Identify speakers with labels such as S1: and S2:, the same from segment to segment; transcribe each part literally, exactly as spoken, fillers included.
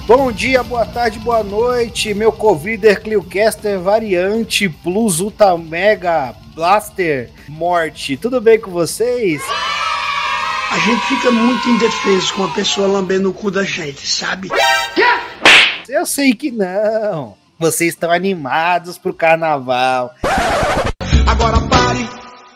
S1: Bom dia, boa tarde, boa noite, meu Covider Cliocaster Variante Plus Ultra Mega Blaster Morte. Tudo bem com vocês?
S2: A gente fica muito indefeso com a pessoa lambendo o cu da gente, sabe?
S1: Eu sei que não. Vocês estão animados pro carnaval.
S3: Agora pare.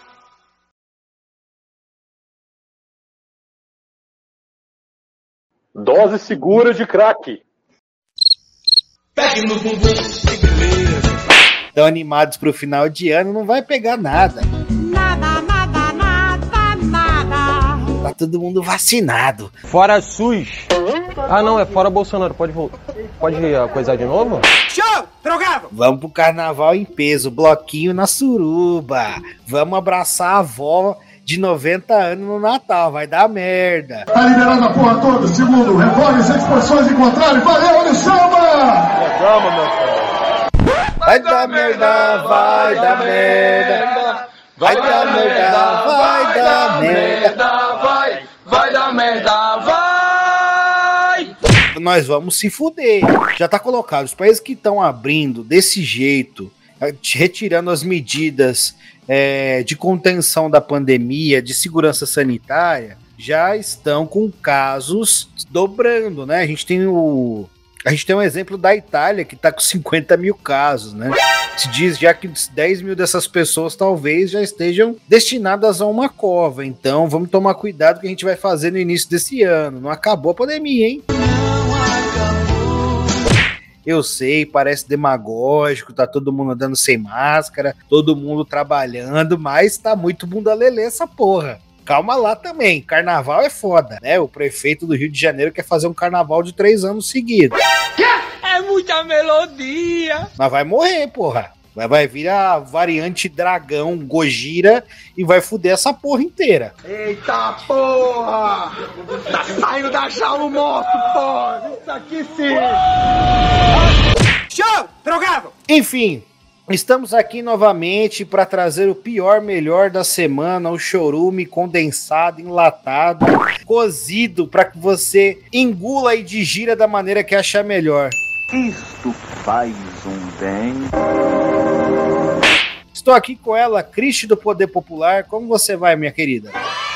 S4: Dose segura de crack.
S3: Pegue no bumbum, que beleza.
S1: Estão animados pro final de ano, não vai pegar nada.
S5: Nada, nada, nada, nada.
S1: Tá todo mundo vacinado.
S6: Fora SUS. Ah, não, é fora Bolsonaro. Pode voltar. Pode coisar de novo?
S3: Show! Drogado!
S1: Vamos pro carnaval em peso, bloquinho na suruba. Vamos abraçar a avó de noventa anos no Natal, vai dar merda.
S7: Tá liberando a porra toda, segundo, recolhe seis posições em contrário, valeu, olha o samba!
S4: Calma, meu filho.
S1: Vai dar merda, vai dar merda. Vai dar merda, vai dar merda.
S3: Vai, vai dar merda, vai!
S1: Nós vamos se fuder. Já tá colocado, os países que estão abrindo desse jeito, retirando as medidas é, de contenção da pandemia, de segurança sanitária, já estão com casos dobrando, né? A gente tem o... A gente tem um exemplo da Itália, que está com cinquenta mil casos, né? Se diz já que dez mil dessas pessoas talvez já estejam destinadas a uma cova. Então vamos tomar cuidado com o que a gente vai fazer no início desse ano. Não acabou a pandemia, hein? Eu sei, parece demagógico, tá todo mundo andando sem máscara, todo mundo trabalhando, mas tá muito bunda lelê essa porra. Calma lá também, carnaval é foda, né? O prefeito do Rio de Janeiro quer fazer um carnaval de três anos seguidos.
S3: É muita melodia!
S1: Mas vai morrer, porra. Vai, vai vir a variante dragão Gojira e vai fuder essa porra inteira.
S3: Eita porra! Tá saindo da jaula o moto, porra! Isso aqui sim! Show! Drogado!
S1: Enfim, estamos aqui novamente para trazer o pior melhor da semana, o chorume condensado, enlatado, cozido para que você engula e digira da maneira que achar melhor.
S8: Isto faz um bem.
S1: Estou aqui com ela, Cristi do Poder Popular. Como você vai, minha querida?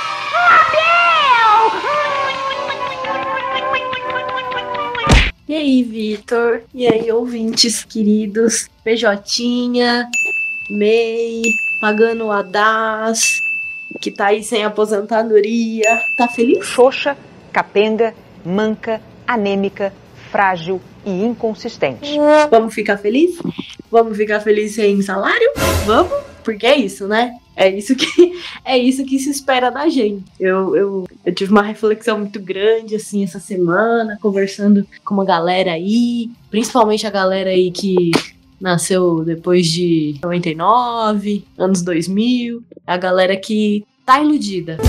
S9: E aí, Vitor? E aí, ouvintes queridos? P J, May, pagando a D A S, que tá aí sem aposentadoria. Tá feliz?
S10: Xoxa, capenga, manca, anêmica, frágil e inconsistente.
S9: Vamos ficar feliz? Vamos ficar feliz sem salário? Vamos? Porque é isso, né? É isso que, é isso que se espera da gente. Eu, eu, eu tive uma reflexão muito grande, assim, essa semana, conversando com uma galera aí, principalmente a galera aí que nasceu depois de noventa e nove, anos dois mil, a galera que tá iludida.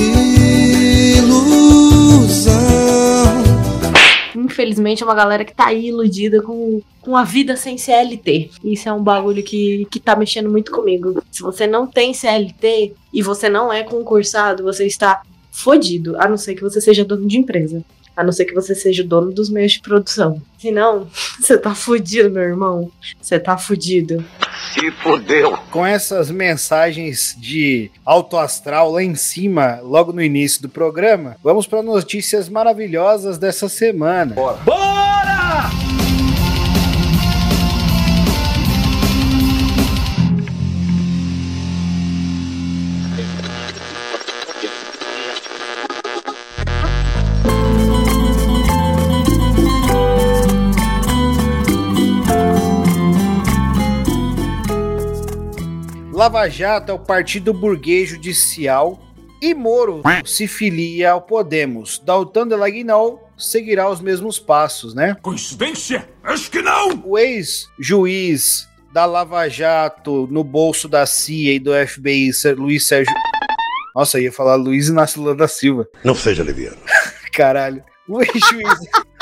S3: Ilusão.
S9: Infelizmente é uma galera que tá aí iludida com, com a vida sem C L T. Isso é um bagulho que, que tá mexendo muito comigo. Se você não tem C L T e você não é concursado, você está fodido. A não ser que você seja dono de empresa. A não ser que você seja o dono dos meios de produção. Senão, você tá fudido, meu irmão. Você tá fudido.
S8: Se fodeu.
S1: Com essas mensagens de alto astral lá em cima, logo no início do programa, vamos para notícias maravilhosas dessa semana.
S4: Bora! Bora!
S1: Lava Jato é o partido burguês judicial e Moro se filia ao Podemos. Dalton Delagnol seguirá os mesmos passos, né?
S3: Coincidência? Acho que não!
S1: O ex-juiz da Lava Jato no bolso da C I A e do F B I, Luiz Sérgio... Nossa, eu ia falar Luiz Inácio Lula da Silva.
S7: Não seja leviano.
S1: Caralho. O ex-juiz...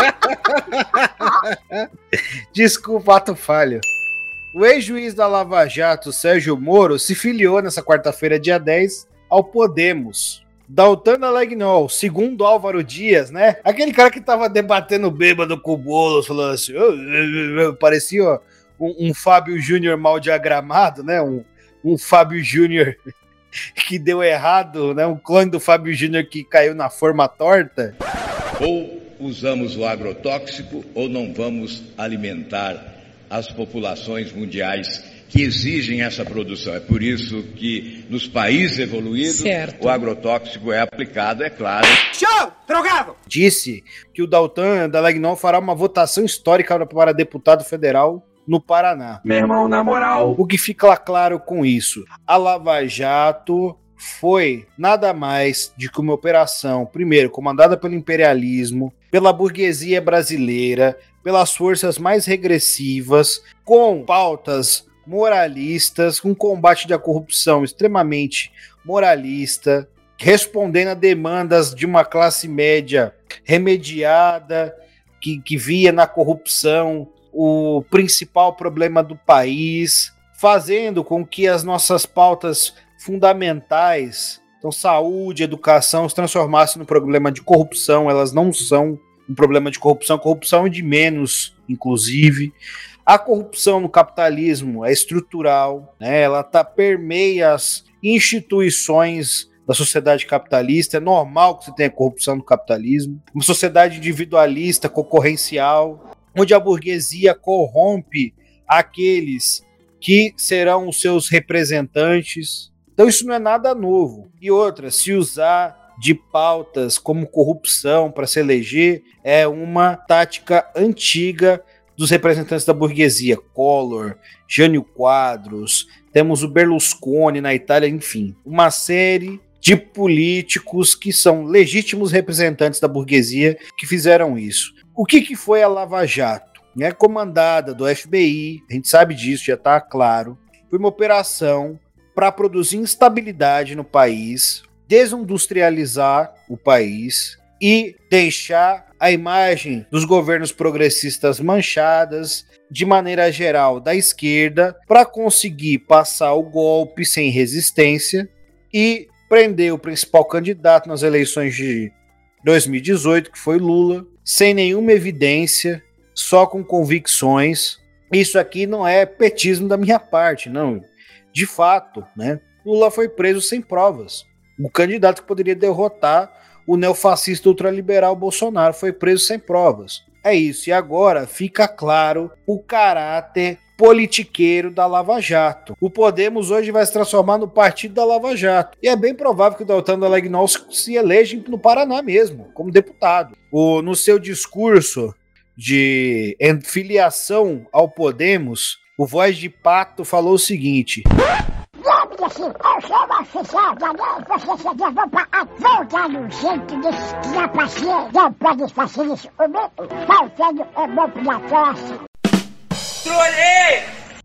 S1: Desculpa, ato falho. O ex-juiz da Lava Jato, Sérgio Moro, se filiou nessa quarta-feira, dia dez, ao Podemos. Daltan Dallagnol, segundo Álvaro Dias, né? Aquele cara que tava debatendo bêbado com o Boulos, falando assim, oh, oh, oh, parecia ó, um, um Fábio Júnior mal diagramado, né? Um, um Fábio Júnior que deu errado, né? Um clone do Fábio Júnior que caiu na forma torta.
S11: Ou usamos o agrotóxico ou não vamos alimentar as populações mundiais que exigem essa produção. É por isso que nos países evoluídos certo. O agrotóxico é aplicado, é claro.
S3: Show! Drogado!
S1: Disse que o Daltan Dallagnol fará uma votação histórica para deputado federal no Paraná.
S3: Meu irmão, na moral.
S1: O que fica claro com isso? A Lava Jato foi nada mais de que uma operação, primeiro, comandada pelo imperialismo, pela burguesia brasileira, pelas forças mais regressivas, com pautas moralistas, com combate da corrupção extremamente moralista, respondendo a demandas de uma classe média remediada, que, que via na corrupção o principal problema do país, fazendo com que as nossas pautas fundamentais, então saúde, educação, se transformassem no problema de corrupção. Elas não são um problema de corrupção, corrupção é de menos, inclusive. A corrupção no capitalismo é estrutural, né? Ela tá, permeia as instituições da sociedade capitalista. É normal que você tenha corrupção no capitalismo. Uma sociedade individualista, concorrencial, onde a burguesia corrompe aqueles que serão os seus representantes. Então isso não é nada novo. E outra, se usar de pautas como corrupção para se eleger é uma tática antiga dos representantes da burguesia. Collor, Jânio Quadros, temos o Berlusconi na Itália, enfim, uma série de políticos que são legítimos representantes da burguesia que fizeram isso. O que, que foi a Lava Jato? É comandada do F B I, a gente sabe disso, já está claro. Foi uma operação para produzir instabilidade no país, desindustrializar o país e deixar a imagem dos governos progressistas manchadas, de maneira geral, da esquerda, para conseguir passar o golpe sem resistência e prender o principal candidato nas eleições de dois mil e dezoito, que foi Lula, sem nenhuma evidência, só com convicções. Isso aqui não é petismo da minha parte, não. De fato, né? Lula foi preso sem provas. O candidato que poderia derrotar o neofascista ultraliberal Bolsonaro foi preso sem provas. É isso. E agora fica claro o caráter politiqueiro da Lava Jato. O Podemos hoje vai se transformar no partido da Lava Jato. E é bem provável que o Daltan Dallagnol se eleja no Paraná mesmo, como deputado. O, no seu discurso de filiação ao Podemos, o Voz de Pato falou o seguinte:
S5: assim, eu sou uma oficial da lei, você se derruba a volta no jeito desse trapaceiro. Não pode fazer isso comigo, faltando o golpe da tosse.
S3: Trolei!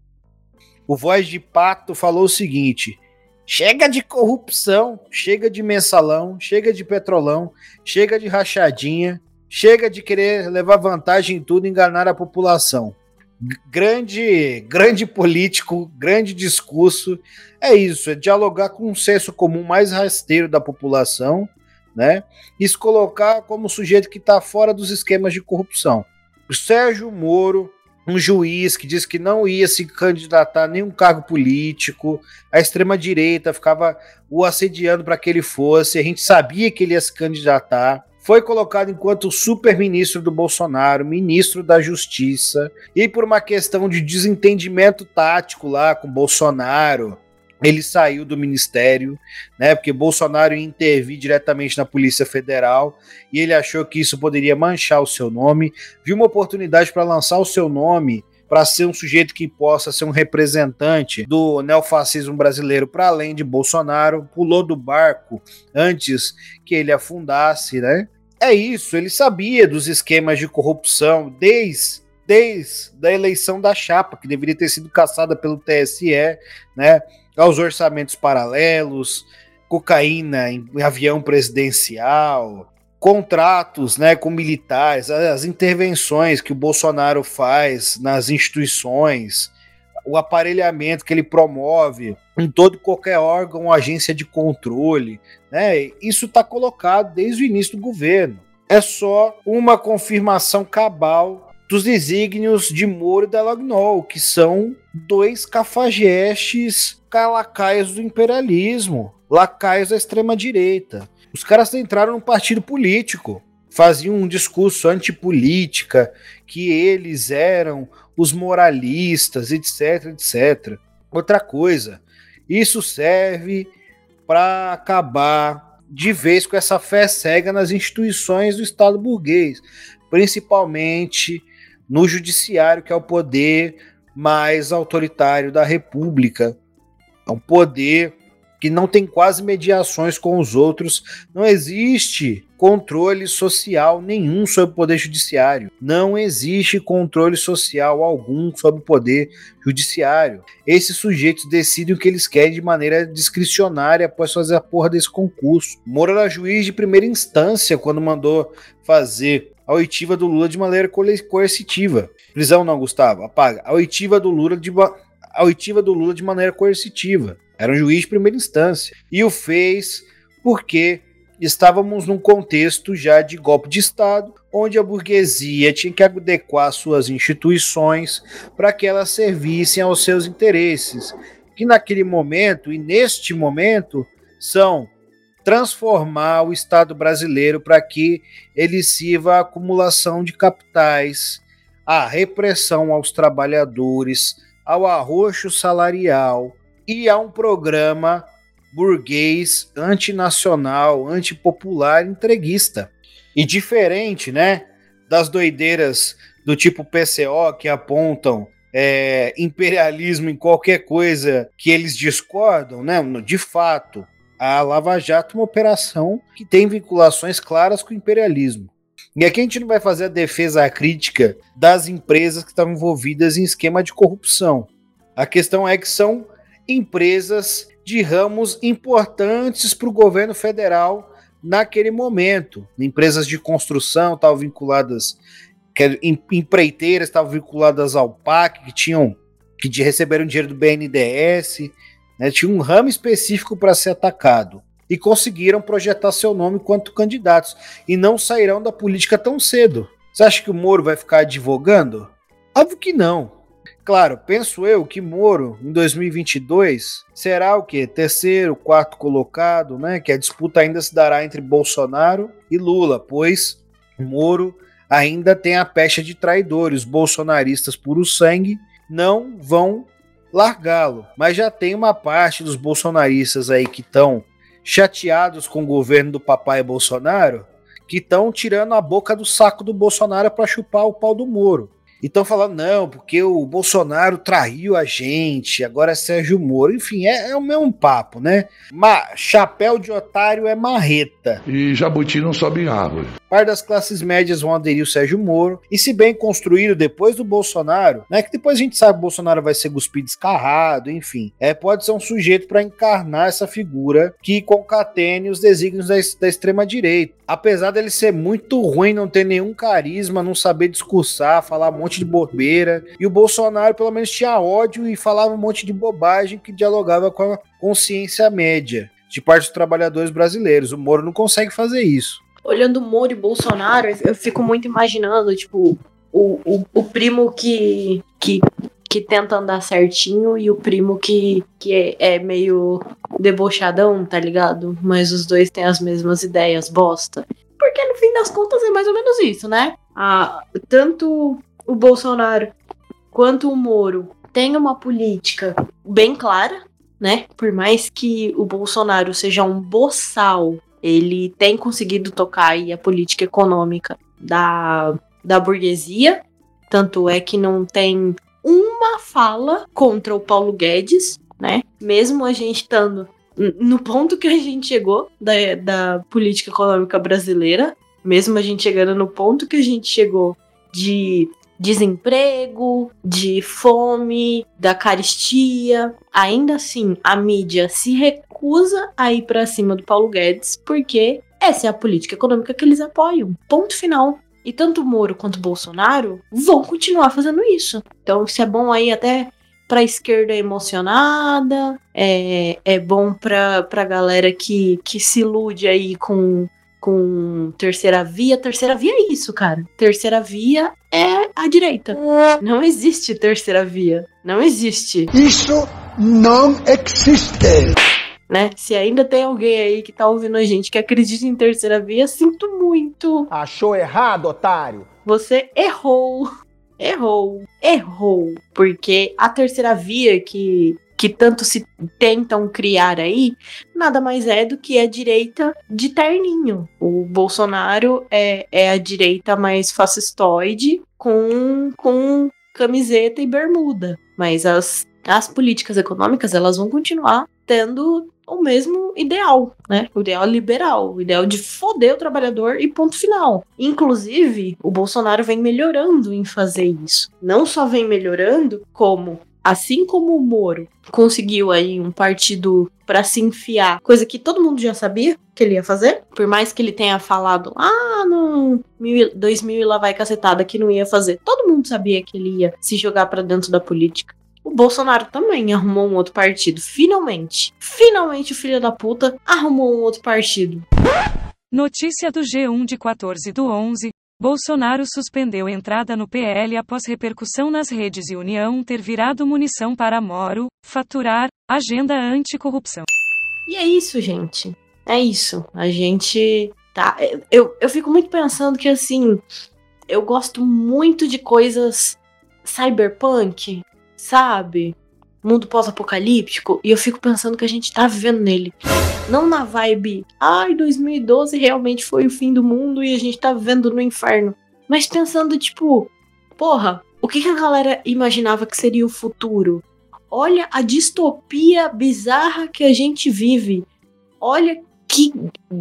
S1: O Voz de Pato falou o seguinte: chega de corrupção, chega de mensalão, chega de petrolão, chega de rachadinha, chega de querer levar vantagem em tudo e enganar a população. Grande, grande político, grande discurso, é isso, é dialogar com um senso comum mais rasteiro da população, né? E se colocar como sujeito que está fora dos esquemas de corrupção. O Sérgio Moro, um juiz que disse que não ia se candidatar a nenhum cargo político, a extrema-direita ficava o assediando para que ele fosse, a gente sabia que ele ia se candidatar. Foi colocado enquanto super-ministro do Bolsonaro, ministro da Justiça, e por uma questão de desentendimento tático lá com Bolsonaro, ele saiu do ministério, né, porque Bolsonaro ia intervir diretamente na Polícia Federal, e ele achou que isso poderia manchar o seu nome, viu uma oportunidade para lançar o seu nome, para ser um sujeito que possa ser um representante do neofascismo brasileiro para além de Bolsonaro, pulou do barco antes que ele afundasse, né? É isso, ele sabia dos esquemas de corrupção desde, desde a eleição da chapa, que deveria ter sido caçada pelo T S E, né? Aos orçamentos paralelos, cocaína em avião presidencial, contratos, né, com militares, as intervenções que o Bolsonaro faz nas instituições, o aparelhamento que ele promove em todo e qualquer órgão ou agência de controle, né? Isso está colocado desde o início do governo. É só uma confirmação cabal dos desígnios de Moro e Dallagnol, que são dois cafajestes lacaios do imperialismo, lacaios da extrema-direita. Os caras entraram num partido político, faziam um discurso antipolítica, que eles eram os moralistas, etc, etcétera. Outra coisa, isso serve para acabar de vez com essa fé cega nas instituições do Estado burguês, principalmente no judiciário, que é o poder mais autoritário da República. É um poder que não tem quase mediações com os outros. Não existe controle social nenhum sobre o poder judiciário. Não existe controle social algum sobre o poder judiciário. Esses sujeitos decidem o que eles querem de maneira discricionária após fazer a porra desse concurso. Moro era juiz de primeira instância quando mandou fazer a oitiva do Lula de maneira coercitiva. Prisão não, Gustavo, apaga. A oitiva do Lula de, a oitiva do Lula de maneira coercitiva. Era um juiz de primeira instância. E o fez porque estávamos num contexto já de golpe de Estado, onde a burguesia tinha que adequar suas instituições para que elas servissem aos seus interesses, que naquele momento e neste momento são transformar o Estado brasileiro para que ele sirva à acumulação de capitais, à repressão aos trabalhadores, ao arroxo salarial e a um programa burguês, antinacional, antipopular, entreguista. E diferente, né, das doideiras do tipo P C O que apontam é, imperialismo em qualquer coisa que eles discordam, né, de fato, a Lava Jato é uma operação que tem vinculações claras com o imperialismo. E aqui a gente não vai fazer a defesa crítica das empresas que estavam envolvidas em esquema de corrupção. A questão é que são empresas de ramos importantes para o governo federal naquele momento. Empresas de construção estavam vinculadas, que, empreiteiras estavam vinculadas ao P A C, que, tinham, que receberam dinheiro do B N D E S, né, tinha um ramo específico para ser atacado. E conseguiram projetar seu nome quanto candidatos. E não sairão da política tão cedo. Você acha que o Moro vai ficar advogando? Óbvio que não. Claro, penso eu que Moro, em dois mil e vinte e dois, será o quê? Terceiro, quarto colocado, né? Que a disputa ainda se dará entre Bolsonaro e Lula, pois Moro ainda tem a pecha de traidores. Os bolsonaristas puro sangue não vão largá-lo. Mas já tem uma parte dos bolsonaristas aí que estão chateados com o governo do papai Bolsonaro, que estão tirando a boca do saco do Bolsonaro para chupar o pau do Moro. E estão falando, não, porque o Bolsonaro traiu a gente, agora é Sérgio Moro. Enfim, é, é o mesmo papo, né? Mas chapéu de otário é marreta.
S12: E jabuti não sobe em árvore.
S1: Parte das classes médias vão aderir o Sérgio Moro. E se bem construído depois do Bolsonaro, né? Que depois a gente sabe que o Bolsonaro vai ser cuspido descarrado, enfim. É, pode ser um sujeito para encarnar essa figura que concatene os desígnios da, da extrema-direita. Apesar dele ser muito ruim, não ter nenhum carisma, não saber discursar, falar um monte de bobeira. E o Bolsonaro, pelo menos, tinha ódio e falava um monte de bobagem que dialogava com a consciência média de parte dos trabalhadores brasileiros. O Moro não consegue fazer isso.
S9: Olhando Moro e Bolsonaro, eu fico muito imaginando, tipo, o, o, o primo que, que, que tenta andar certinho e o primo que, que é, é meio debochadão, tá ligado? Mas os dois têm as mesmas ideias, bosta. Porque no fim das contas é mais ou menos isso, né? Ah, tanto o Bolsonaro quanto o Moro têm uma política bem clara, né? Por mais que o Bolsonaro seja um boçal, ele tem conseguido tocar aí a política econômica da, da burguesia. Tanto é que não tem uma fala contra o Paulo Guedes, né? Mesmo a gente estando no ponto que a gente chegou da, da política econômica brasileira, mesmo a gente chegando no ponto que a gente chegou de desemprego, de fome, da carestia, ainda assim a mídia se recusa a ir pra cima do Paulo Guedes, porque essa é a política econômica que eles apoiam. Ponto final. E tanto o Moro quanto o Bolsonaro vão continuar fazendo isso. Então isso é bom aí até pra esquerda emocionada, é, é bom pra, pra galera que, que se ilude aí com, com terceira via. Terceira via é isso, cara. Terceira via é a direita. Não existe terceira via. Não existe.
S2: Isso não existe.
S9: Né? Se ainda tem alguém aí que tá ouvindo a gente que acredita em terceira via, sinto muito.
S3: Achou errado, otário?
S9: Você errou. Errou. Errou. Porque a terceira via que, que tanto se tentam criar aí, nada mais é do que a direita de terninho. O Bolsonaro é, é a direita mais fascistoide com, com camiseta e bermuda. Mas as, as políticas econômicas, elas vão continuar tendo o mesmo ideal, né? O ideal liberal, o ideal de foder o trabalhador e ponto final. Inclusive, o Bolsonaro vem melhorando em fazer isso. Não só vem melhorando, como, assim como o Moro conseguiu aí um partido para se enfiar, coisa que todo mundo já sabia que ele ia fazer, por mais que ele tenha falado, ah, no dois mil e lá vai cacetada que não ia fazer. Todo mundo sabia que ele ia se jogar para dentro da política. O Bolsonaro também arrumou um outro partido. Finalmente. Finalmente o filho da puta arrumou um outro partido.
S13: Notícia do G um de quatorze do onze. Bolsonaro suspendeu entrada no P L após repercussão nas redes e União ter virado munição para Moro, faturar, agenda anticorrupção.
S9: E é isso, gente. É isso. A gente tá... Eu, eu fico muito pensando que, assim, eu gosto muito de coisas cyberpunk, sabe? Mundo pós-apocalíptico. E eu fico pensando que a gente tá vivendo nele. Não na vibe, ai, dois mil e doze realmente foi o fim do mundo e a gente tá vivendo no inferno. Mas pensando, tipo, porra, o que, que a galera imaginava que seria o futuro? Olha a distopia bizarra que a gente vive. Olha que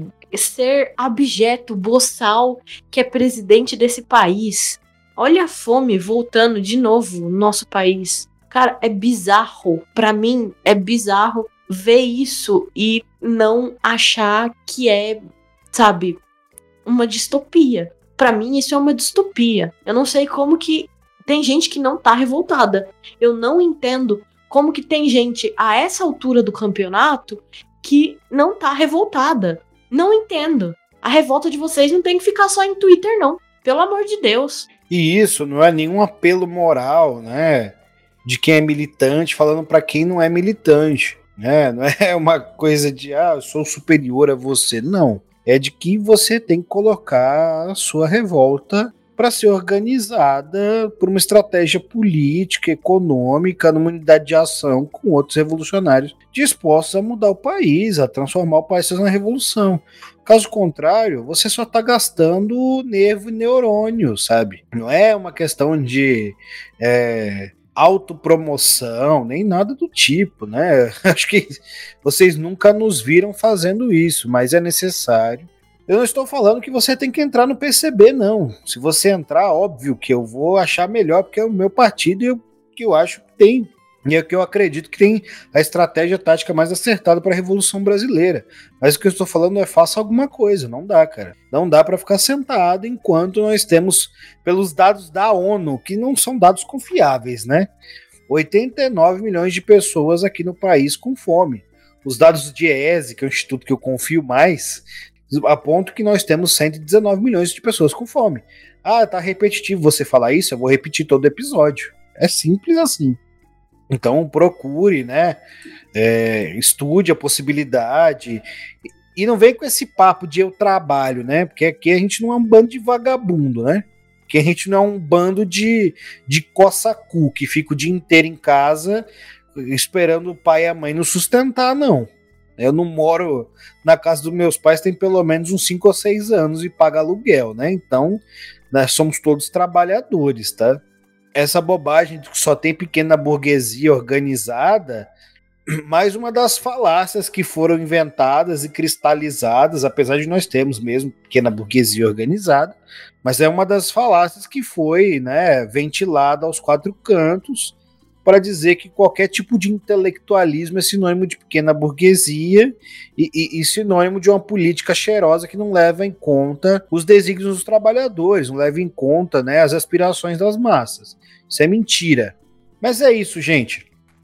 S9: ser abjeto, boçal, que é presidente desse país. Olha a fome voltando de novo no nosso país. Cara, é bizarro. Pra mim, é bizarro ver isso e não achar que é, sabe, uma distopia. Pra mim, isso é uma distopia. Eu não sei como que tem gente que não tá revoltada. Eu não entendo como que tem gente a essa altura do campeonato que não tá revoltada. Não entendo. A revolta de vocês não tem que ficar só em Twitter, não. Pelo amor de Deus.
S1: E isso não é nenhum apelo moral, né? De quem é militante falando para quem não é militante, né? Não é uma coisa de, ah, eu sou superior a você. Não. É de que você tem que colocar a sua revolta para ser organizada por uma estratégia política, econômica, numa unidade de ação com outros revolucionários dispostos a mudar o país, a transformar o país na revolução. Caso contrário, você só está gastando nervo e neurônio, sabe? Não é uma questão de é, autopromoção, nem nada do tipo, né? Acho que vocês nunca nos viram fazendo isso, mas é necessário. Eu não estou falando que você tem que entrar no P C B, não. Se você entrar, óbvio que eu vou achar melhor, porque é o meu partido e o que eu acho que tem. E é o que eu acredito que tem a estratégia tática mais acertada para a Revolução Brasileira. Mas o que eu estou falando é faça alguma coisa. Não dá, cara. Não dá para ficar sentado enquanto nós temos, pelos dados da ONU, que não são dados confiáveis, né? oitenta e nove milhões de pessoas aqui no país com fome. Os dados do DIEESE, que é o instituto que eu confio mais, apontam que nós temos cento e dezenove milhões de pessoas com fome. Ah, tá repetitivo você falar isso? Eu vou repetir todo o episódio. É simples assim. Então procure, né? É, estude a possibilidade. E não vem com esse papo de eu trabalho, né? Porque aqui a gente não é um bando de vagabundo, né? Porque a gente não é um bando de, de coça-cu que fica o dia inteiro em casa esperando o pai e a mãe nos sustentar, não. Eu não moro na casa dos meus pais tem pelo menos uns cinco ou seis anos e paga aluguel, né? Então, nós somos todos trabalhadores, tá? Essa bobagem de que só tem pequena burguesia organizada, mais uma das falácias que foram inventadas e cristalizadas, apesar de nós termos mesmo pequena burguesia organizada, mas é uma das falácias que foi, né, ventilada aos quatro cantos para dizer que qualquer tipo de intelectualismo é sinônimo de pequena burguesia e, e, e sinônimo de uma política cheirosa que não leva em conta os desígnios dos trabalhadores, não leva em conta, né, as aspirações das massas. Isso é mentira. Mas é isso, gente.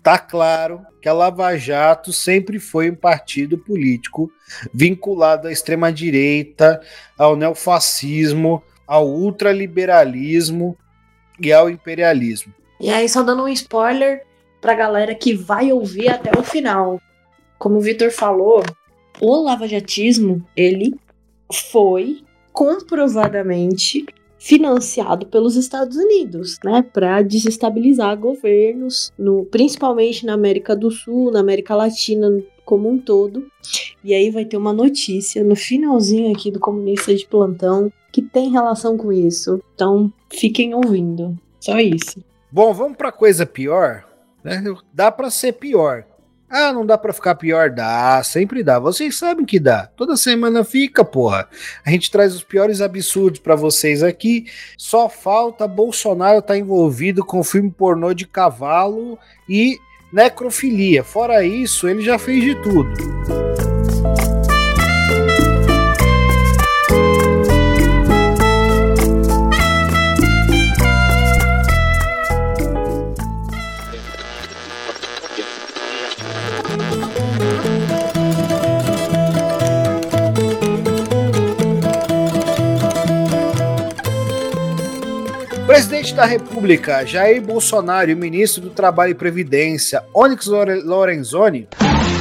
S1: tá claro que a Lava Jato sempre foi um partido político vinculado à extrema-direita, ao neofascismo, ao ultraliberalismo e ao imperialismo.
S9: E aí, só dando um spoiler pra galera que vai ouvir até o final. Como o Vitor falou, o lavajatismo, ele foi comprovadamente financiado pelos Estados Unidos, né, para desestabilizar governos, no, principalmente na América do Sul, na América Latina como um todo. E aí vai ter uma notícia no finalzinho aqui do Comunista de Plantão que tem relação com isso. Então, fiquem ouvindo. Só isso.
S1: Bom, vamos pra coisa pior, né? Dá pra ser pior. Ah, não dá pra ficar pior? Dá, sempre dá. Vocês sabem que dá. Toda semana fica, porra. A gente traz os piores absurdos pra vocês aqui. Só falta Bolsonaro estar envolvido com filme pornô de cavalo e necrofilia. Fora isso, ele já fez de tudo. Presidente da República, Jair Bolsonaro, e o ministro do Trabalho e Previdência, Onyx Lorenzoni,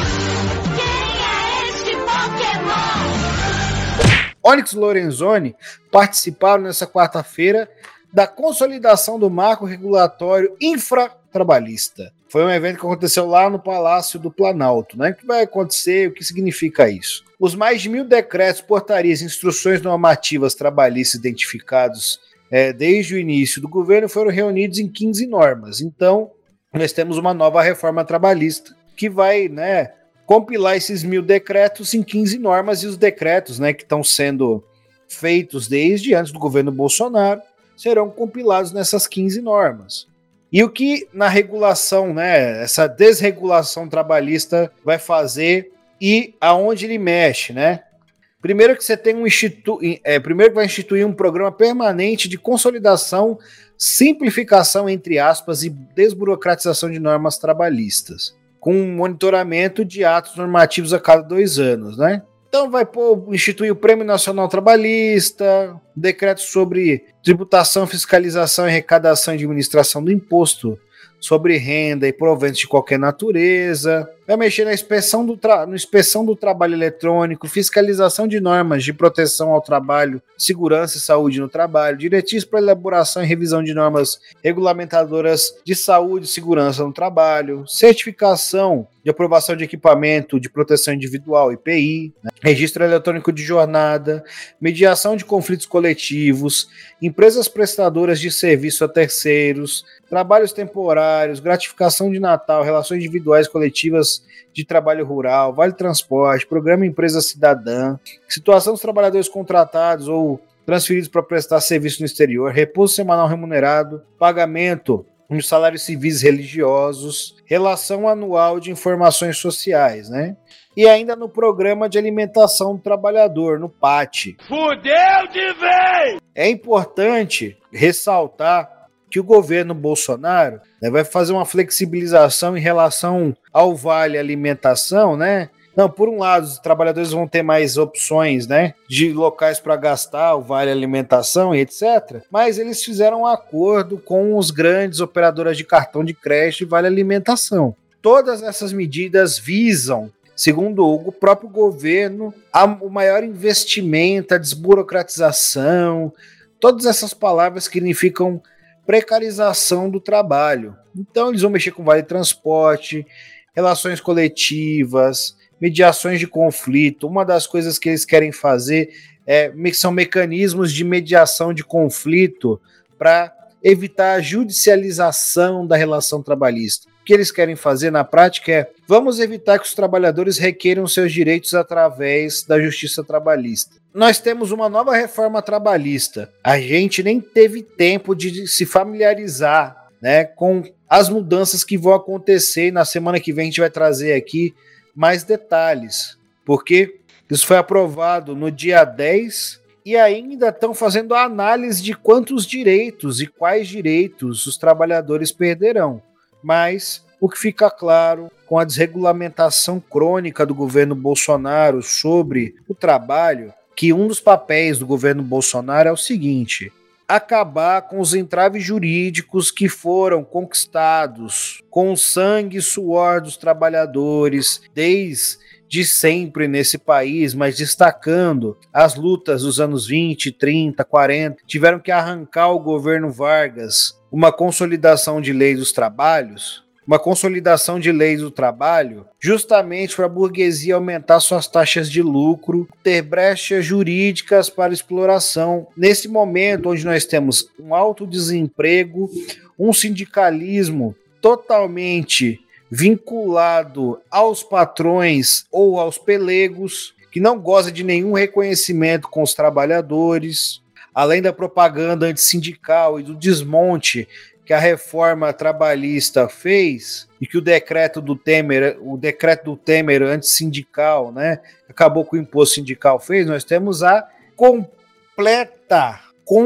S1: Onyx Lorenzoni participaram nessa quarta-feira da consolidação do marco regulatório infratrabalhista. Foi um evento que aconteceu lá no Palácio do Planalto, né? O que vai acontecer? O que significa isso? Os mais de mil decretos, portarias, instruções normativas trabalhistas identificados É, desde o início do governo foram reunidos em quinze normas. Então, nós temos uma nova reforma trabalhista que vai, né, compilar esses mil decretos em quinze normas, e os decretos, né, que estão sendo feitos desde antes do governo Bolsonaro serão compilados nessas quinze normas. E o que na regulação, né, essa desregulação trabalhista vai fazer e aonde ele mexe, né? Primeiro que você tem um instituto, é, primeiro que vai instituir um programa permanente de consolidação, simplificação, entre aspas, e desburocratização de normas trabalhistas, com um monitoramento de atos normativos a cada dois anos, né? Então vai pô, instituir o Prêmio Nacional Trabalhista, decreto sobre tributação, fiscalização e arrecadação e administração do imposto sobre renda e proventos de qualquer natureza, vai mexer na inspeção do, tra- na inspeção do trabalho eletrônico, fiscalização de normas de proteção ao trabalho, segurança e saúde no trabalho, diretrizes para elaboração e revisão de normas regulamentadoras de saúde e segurança no trabalho, certificação de aprovação de equipamento de proteção individual, I P I, né? Registro eletrônico de jornada, mediação de conflitos coletivos, empresas prestadoras de serviço a terceiros, trabalhos temporários, gratificação de Natal, relações individuais coletivas de trabalho rural, vale transporte, programa Empresa Cidadã, situação dos trabalhadores contratados ou transferidos para prestar serviço no exterior, repouso semanal remunerado, pagamento nos salários civis religiosos, relação anual de informações sociais, né? E ainda no programa de alimentação do trabalhador, no P A T.
S3: Fudeu de vez!
S1: É importante ressaltar que o governo Bolsonaro, né, vai fazer uma flexibilização em relação ao vale alimentação, né? Não, por um lado, os trabalhadores vão ter mais opções, né, de locais para gastar o vale alimentação e etcétera. Mas eles fizeram um acordo com os grandes operadoras de cartão de crédito e vale alimentação. Todas essas medidas visam, segundo o próprio governo, a, o maior investimento, a desburocratização. Todas essas palavras significam precarização do trabalho. Então eles vão mexer com vale transporte, relações coletivas, mediações de conflito. Uma das coisas que eles querem fazer é, são mecanismos de mediação de conflito para evitar a judicialização da relação trabalhista. O que eles querem fazer na prática é: vamos evitar que os trabalhadores requeram seus direitos através da justiça trabalhista. Nós temos uma nova reforma trabalhista. A gente nem teve tempo de se familiarizar, né, com as mudanças que vão acontecer. Na semana que vem a gente vai trazer aqui mais detalhes, porque isso foi aprovado no dia dez e ainda estão fazendo a análise de quantos direitos e quais direitos os trabalhadores perderão. Mas o que fica claro com a desregulamentação crônica do governo Bolsonaro sobre o trabalho, que um dos papéis do governo Bolsonaro é o seguinte: acabar com os entraves jurídicos que foram conquistados com o sangue e suor dos trabalhadores desde sempre nesse país, mas destacando as lutas dos anos vinte, trinta, quarenta, tiveram que arrancar o governo Vargas uma consolidação de lei dos trabalhos, uma consolidação de leis do trabalho, justamente para a burguesia aumentar suas taxas de lucro, ter brechas jurídicas para exploração. Nesse momento onde nós temos um alto desemprego, um sindicalismo totalmente vinculado aos patrões ou aos pelegos, que não goza de nenhum reconhecimento com os trabalhadores, além da propaganda antissindical e do desmonte que a reforma trabalhista fez e que o decreto do Temer, o decreto do Temer antissindical, né, acabou com o imposto sindical fez, nós temos a completa,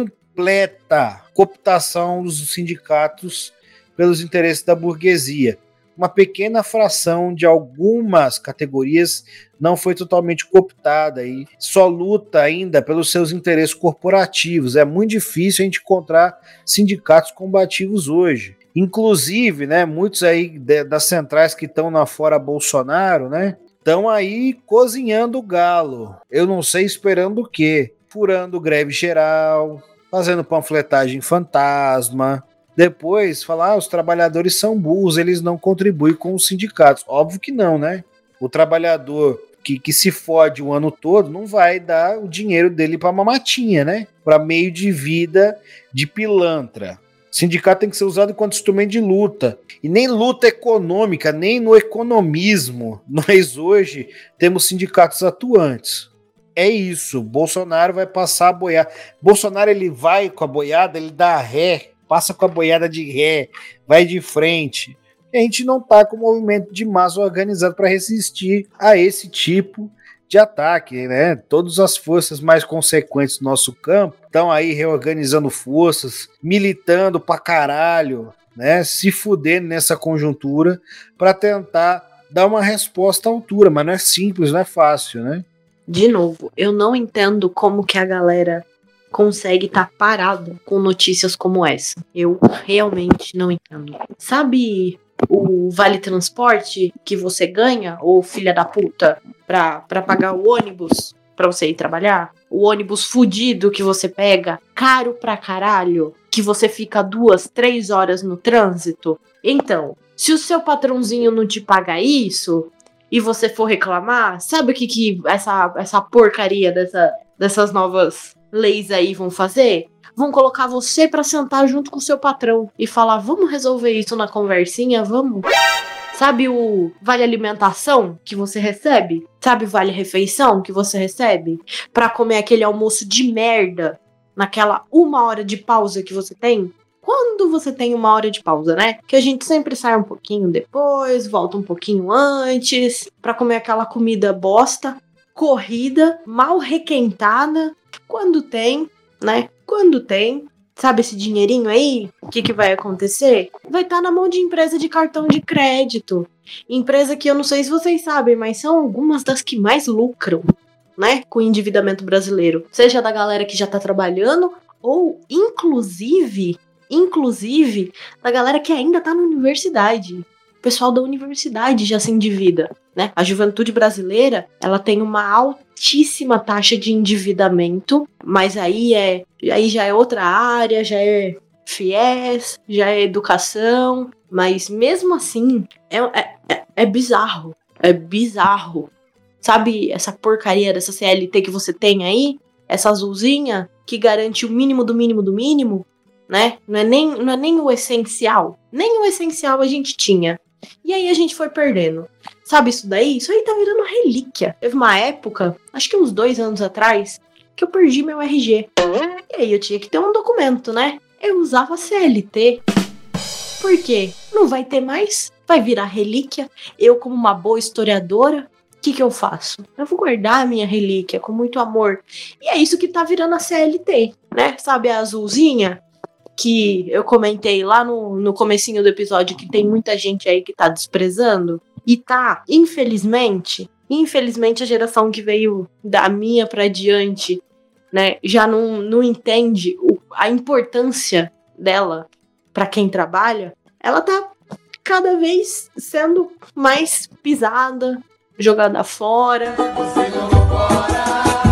S1: completa cooptação dos sindicatos pelos interesses da burguesia. Uma pequena fração de algumas categorias não foi totalmente cooptada e só luta ainda pelos seus interesses corporativos. É muito difícil a gente encontrar sindicatos combativos hoje. Inclusive, né, muitos aí de, das centrais que estão na fora Bolsonaro, né, estão aí cozinhando o galo. Eu não sei esperando o quê. Furando greve geral, fazendo panfletagem fantasma. Depois falar, ah, os trabalhadores são burros, eles não contribuem com os sindicatos. Óbvio que não, né? O trabalhador que, que se fode o ano todo não vai dar o dinheiro dele para mamatinha, né? Para meio de vida de pilantra. O sindicato tem que ser usado enquanto instrumento de luta. E nem luta econômica, nem no economismo. Nós hoje temos sindicatos atuantes. É isso, Bolsonaro vai passar a boiada. Bolsonaro ele vai com a boiada, ele dá ré. Passa com a boiada de ré, vai de frente. E a gente não está com o movimento de massa organizado para resistir a esse tipo de ataque, né? Todas as forças mais consequentes do nosso campo estão aí reorganizando forças, militando pra caralho, né? Se fudendo nessa conjuntura para tentar dar uma resposta à altura, mas não é simples, não é fácil, né?
S9: De novo, eu não entendo como que a galera consegue estar tá parada com notícias como essa. Eu realmente não entendo. Sabe o vale transporte que você ganha, ou filha da puta, pra, pra pagar o ônibus pra você ir trabalhar? O ônibus fudido que você pega, caro pra caralho, que você fica duas, três horas no trânsito? Então, se o seu patrãozinho não te paga isso e você for reclamar, sabe o que, que essa, essa porcaria dessa, dessas novas leis aí vão fazer? Vão colocar você pra sentar junto com o seu patrão e falar, vamos resolver isso na conversinha, vamos? Sabe o vale alimentação que você recebe? Sabe o vale refeição que você recebe? Pra comer aquele almoço de merda naquela uma hora de pausa que você tem? Quando você tem uma hora de pausa, né? Que a gente sempre sai um pouquinho depois, volta um pouquinho antes, pra comer aquela comida bosta, corrida, mal requentada. Quando tem, né? Quando tem, sabe esse dinheirinho aí? O que, que vai acontecer? Vai estar tá na mão de empresa de cartão de crédito. Empresa que eu não sei se vocês sabem, mas são algumas das que mais lucram, né? Com o endividamento brasileiro. Seja da galera que já tá trabalhando, ou inclusive, inclusive, da galera que ainda tá na universidade. O pessoal da universidade já se endivida, né? A juventude brasileira, ela tem uma altíssima taxa de endividamento, mas aí, é, aí já é outra área, já é fiéis, já é educação, mas mesmo assim, é, é, é bizarro, é bizarro. Sabe essa porcaria dessa C L T que você tem aí? Essa azulzinha que garante o mínimo do mínimo do mínimo, né? Não é nem, não é nem o essencial, nem o essencial a gente tinha. E aí a gente foi perdendo. Sabe isso daí? Isso aí tá virando relíquia. Teve uma época, acho que uns dois anos atrás, que eu perdi meu R G. E aí eu tinha que ter um documento, né? Eu usava C L T. Por quê? Não vai ter mais? Vai virar relíquia? Eu, como uma boa historiadora, o que que eu faço? Eu vou guardar a minha relíquia com muito amor. E é isso que tá virando a C L T, né? Sabe a azulzinha? que eu comentei lá no, no comecinho do episódio que tem muita gente aí que tá desprezando? E tá, infelizmente, infelizmente a geração que veio da minha pra diante, né, já não, não entende o, a importância dela pra quem trabalha. Ela tá cada vez sendo mais pisada, jogada fora. Você jogou fora.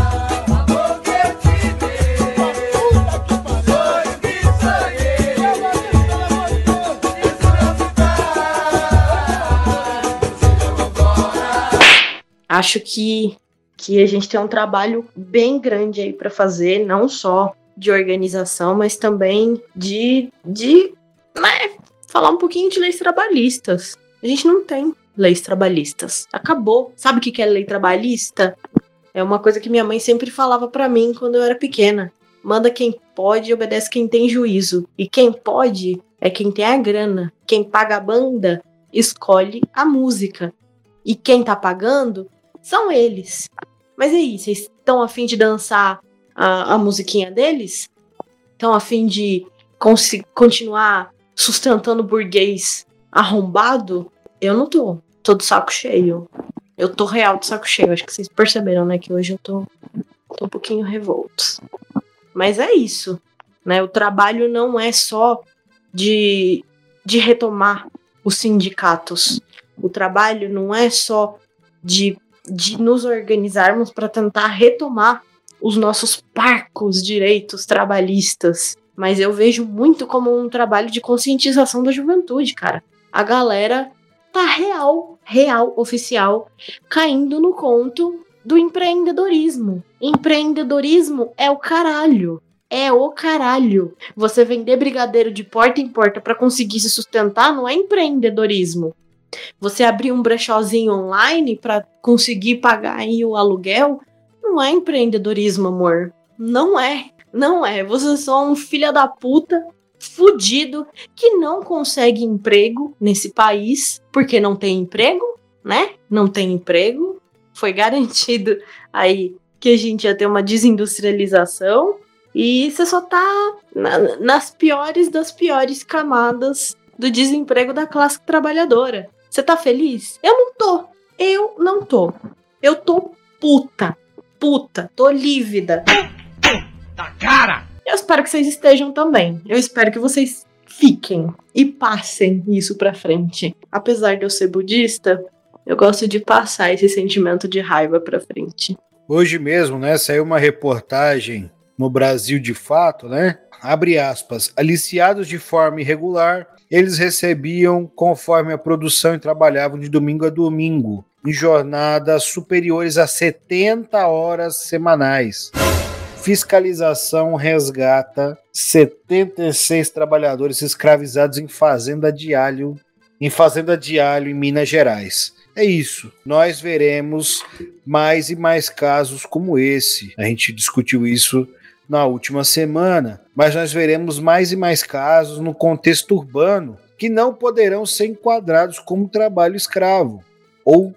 S9: Acho que, que a gente tem um trabalho bem grande aí para fazer, não só de organização, mas também de, de né, falar um pouquinho de leis trabalhistas. A gente não tem leis trabalhistas. Acabou. Sabe o que é lei trabalhista? É uma coisa que minha mãe sempre falava para mim quando eu era pequena. Manda quem pode e obedece quem tem juízo. E quem pode é quem tem a grana. Quem paga a banda escolhe a música. E quem tá pagando são eles. Mas e aí, vocês estão a fim de dançar a, a musiquinha deles? Estão a fim de cons- continuar sustentando o burguês arrombado? Eu não tô. Tô do saco cheio. Eu tô real do saco cheio. Acho que vocês perceberam, né? Que hoje eu tô, tô um pouquinho revolto. Mas é isso, né? O trabalho não é só de, de retomar os sindicatos. O trabalho não é só de de nos organizarmos para tentar retomar os nossos parcos direitos trabalhistas. Mas eu vejo muito como um trabalho de conscientização da juventude, cara. A galera tá real, real, oficial, caindo no conto do empreendedorismo. Empreendedorismo é o caralho. É o caralho. Você vender brigadeiro de porta em porta para conseguir se sustentar não é empreendedorismo. Você abrir um brechózinho online para conseguir pagar aí o aluguel não é empreendedorismo, amor. Não é. Não é. Você é só um filho da puta fudido que não consegue emprego nesse país porque não tem emprego, né? Não tem emprego. Foi garantido aí que a gente ia ter uma desindustrialização e você só tá na, nas piores das piores camadas do desemprego da classe trabalhadora. Você tá feliz? Eu não tô. Eu não tô. Eu tô puta. Puta. Tô lívida.
S3: Da cara!
S9: Eu espero que vocês estejam também. Eu espero que vocês fiquem e passem isso pra frente. Apesar de eu ser budista, eu gosto de passar esse sentimento de raiva pra frente.
S1: Hoje mesmo, né, saiu uma reportagem no Brasil de Fato, né? Abre aspas. Aliciados de forma irregular, eles recebiam conforme a produção e trabalhavam de domingo a domingo, em jornadas superiores a setenta horas semanais. Fiscalização resgata setenta e seis trabalhadores escravizados em fazenda de alho, em fazenda de alho em Minas Gerais. É isso. Nós veremos mais e mais casos como esse. A gente discutiu isso na última semana, mas nós veremos mais e mais casos no contexto urbano que não poderão ser enquadrados como trabalho escravo ou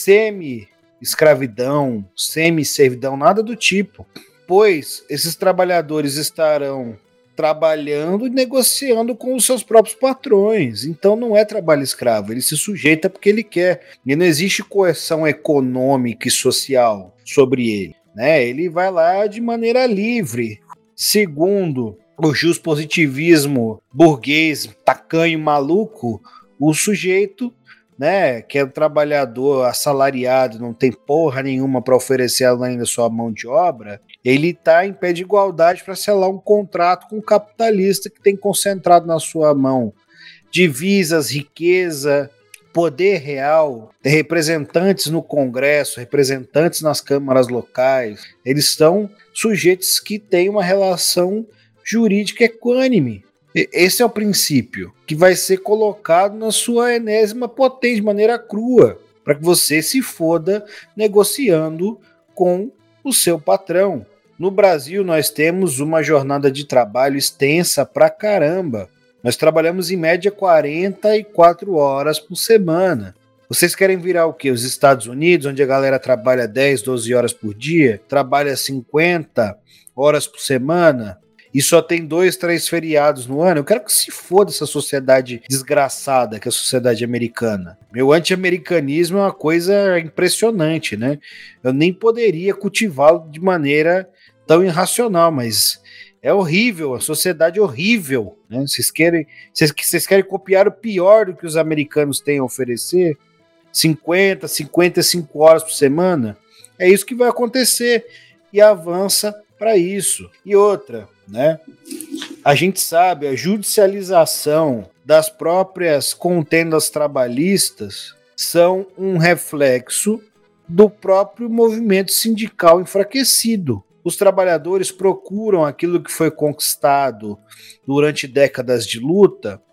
S1: semi-escravidão, semi-servidão, nada do tipo, pois esses trabalhadores estarão trabalhando e negociando com os seus próprios patrões, então não é trabalho escravo, ele se sujeita porque ele quer, e não existe coerção econômica e social sobre ele. Né, ele vai lá de maneira livre. Segundo o juspositivismo burguês, tacanho, maluco, o sujeito, né, que é um trabalhador assalariado, não tem porra nenhuma para oferecer além da sua mão de obra, ele está em pé de igualdade para selar um contrato com o capitalista que tem concentrado na sua mão divisas, riqueza, poder real, representantes no Congresso, representantes nas câmaras locais, eles são sujeitos que têm uma relação jurídica equânime. Esse é o princípio que vai ser colocado na sua enésima potência, de maneira crua, para que você se foda negociando com o seu patrão. No Brasil, nós temos uma jornada de trabalho extensa pra caramba. Nós trabalhamos em média quarenta e quatro horas por semana. Vocês querem virar o quê? Os Estados Unidos, onde a galera trabalha dez, doze horas por dia, trabalha cinquenta horas por semana e só tem dois, três feriados no ano. Eu quero que se foda essa sociedade desgraçada que é a sociedade americana. Meu anti-americanismo é uma coisa impressionante, né? Eu nem poderia cultivá-lo de maneira tão irracional, mas é horrível, a sociedade é horrível, né? Vocês querem, vocês, vocês querem copiar o pior do que os americanos têm a oferecer? cinquenta, cinquenta e cinco horas por semana? É isso que vai acontecer e avança para isso. E outra, né? A gente sabe, a judicialização das próprias contendas trabalhistas são um reflexo do próprio movimento sindical enfraquecido. Os trabalhadores procuram aquilo que foi conquistado durante décadas de luta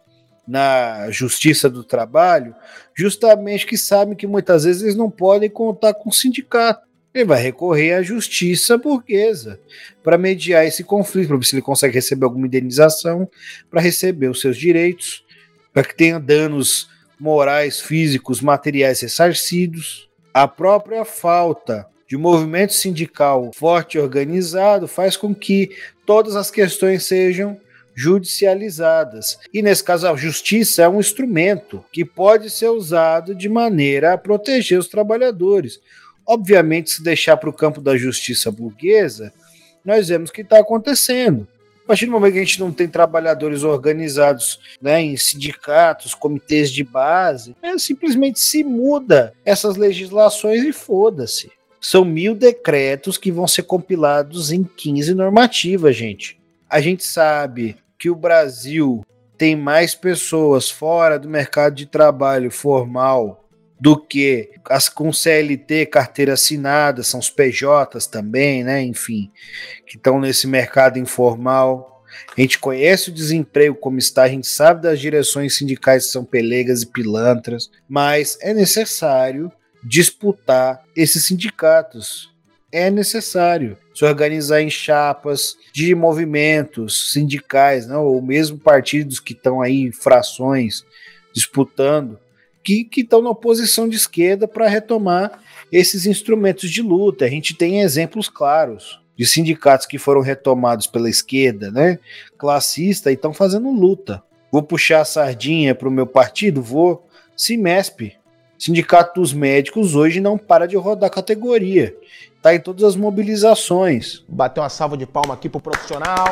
S1: na justiça do trabalho, justamente que sabem que muitas vezes eles não podem contar com o sindicato. Ele vai recorrer à justiça burguesa para mediar esse conflito, para ver se ele consegue receber alguma indenização, para receber os seus direitos, para que tenha danos morais, físicos, materiais ressarcidos. A própria falta de movimento sindical forte e organizado faz com que todas as questões sejam judicializadas. E nesse caso a justiça é um instrumento que pode ser usado de maneira a proteger os trabalhadores. Obviamente, se deixar para o campo da justiça burguesa, nós vemos o que está acontecendo. A partir do momento que a gente não tem trabalhadores organizados, né, em sindicatos, comitês de base, é, simplesmente se muda essas legislações e foda-se. São mil decretos que vão ser compilados em quinze normativas, gente. A gente sabe que o Brasil tem mais pessoas fora do mercado de trabalho formal do que as com C L T, carteira assinada, são os P Js também, né? Enfim, que estão nesse mercado informal. A gente conhece o desemprego como está, a gente sabe das direções sindicais que são pelegas e pilantras, mas é necessário disputar esses sindicatos. É necessário se organizar em chapas de movimentos sindicais, né, ou mesmo partidos que estão aí em frações disputando, que estão na oposição de esquerda para retomar esses instrumentos de luta. A gente tem exemplos claros de sindicatos que foram retomados pela esquerda, né, classista, e estão fazendo luta. Vou puxar a sardinha para o meu partido? Vou. Simesp, Sindicato dos Médicos, hoje não para de rodar categoria. Está em todas as mobilizações.
S14: Bateu uma salva de palma aqui pro profissional.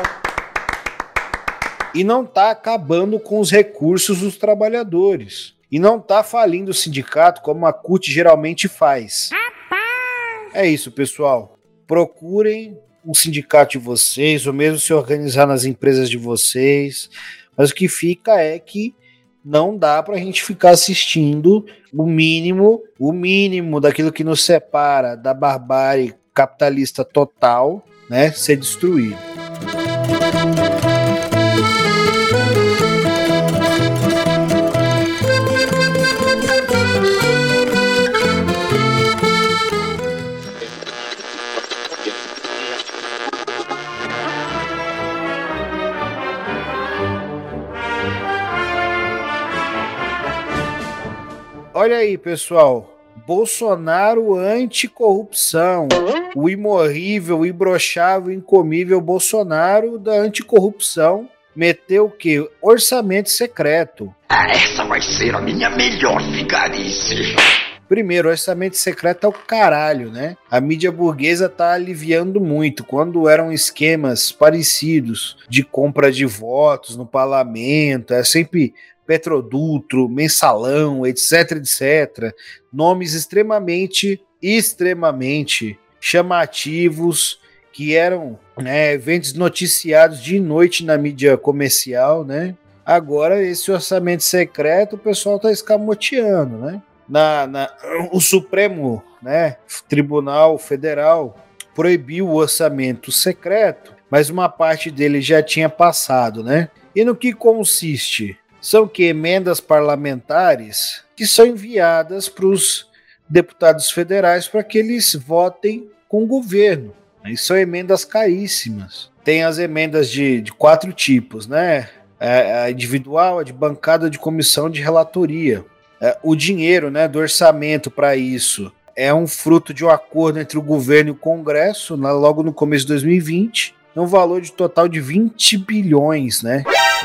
S1: E não está acabando com os recursos dos trabalhadores. E não está falindo o sindicato como a C U T geralmente faz. É isso, pessoal. Procurem o sindicato de vocês, ou mesmo se organizar nas empresas de vocês. Mas o que fica é que não dá para a gente ficar assistindo o mínimo, o mínimo daquilo que nos separa da barbárie capitalista total, né, ser destruído. Olha aí, pessoal, Bolsonaro anticorrupção, o imorrível, imbrochável, incomível Bolsonaro da anticorrupção meteu o quê? Orçamento secreto.
S3: Ah, essa vai ser a minha melhor vigarice.
S1: Primeiro, orçamento secreto é o caralho, né? A mídia burguesa tá aliviando muito. Quando eram esquemas parecidos de compra de votos no parlamento, é sempre Petrodutro, Mensalão, etc, etcétera. Nomes extremamente, extremamente chamativos, que eram, né, eventos noticiados de noite na mídia comercial, né? Agora, esse orçamento secreto, o pessoal tá escamoteando, né? Na, na, o Supremo, né, Tribunal Federal proibiu o orçamento secreto, mas uma parte dele já tinha passado, né? E no que consiste? São que emendas parlamentares que são enviadas para os deputados federais para que eles votem com o governo. E são emendas caríssimas. Tem as emendas de, de quatro tipos, né? A individual, a de bancada, de comissão, de relatoria. O dinheiro, né, do orçamento para isso é um fruto de um acordo entre o governo e o Congresso, logo no começo de dois mil e vinte. é um valor de total de vinte bilhões, né?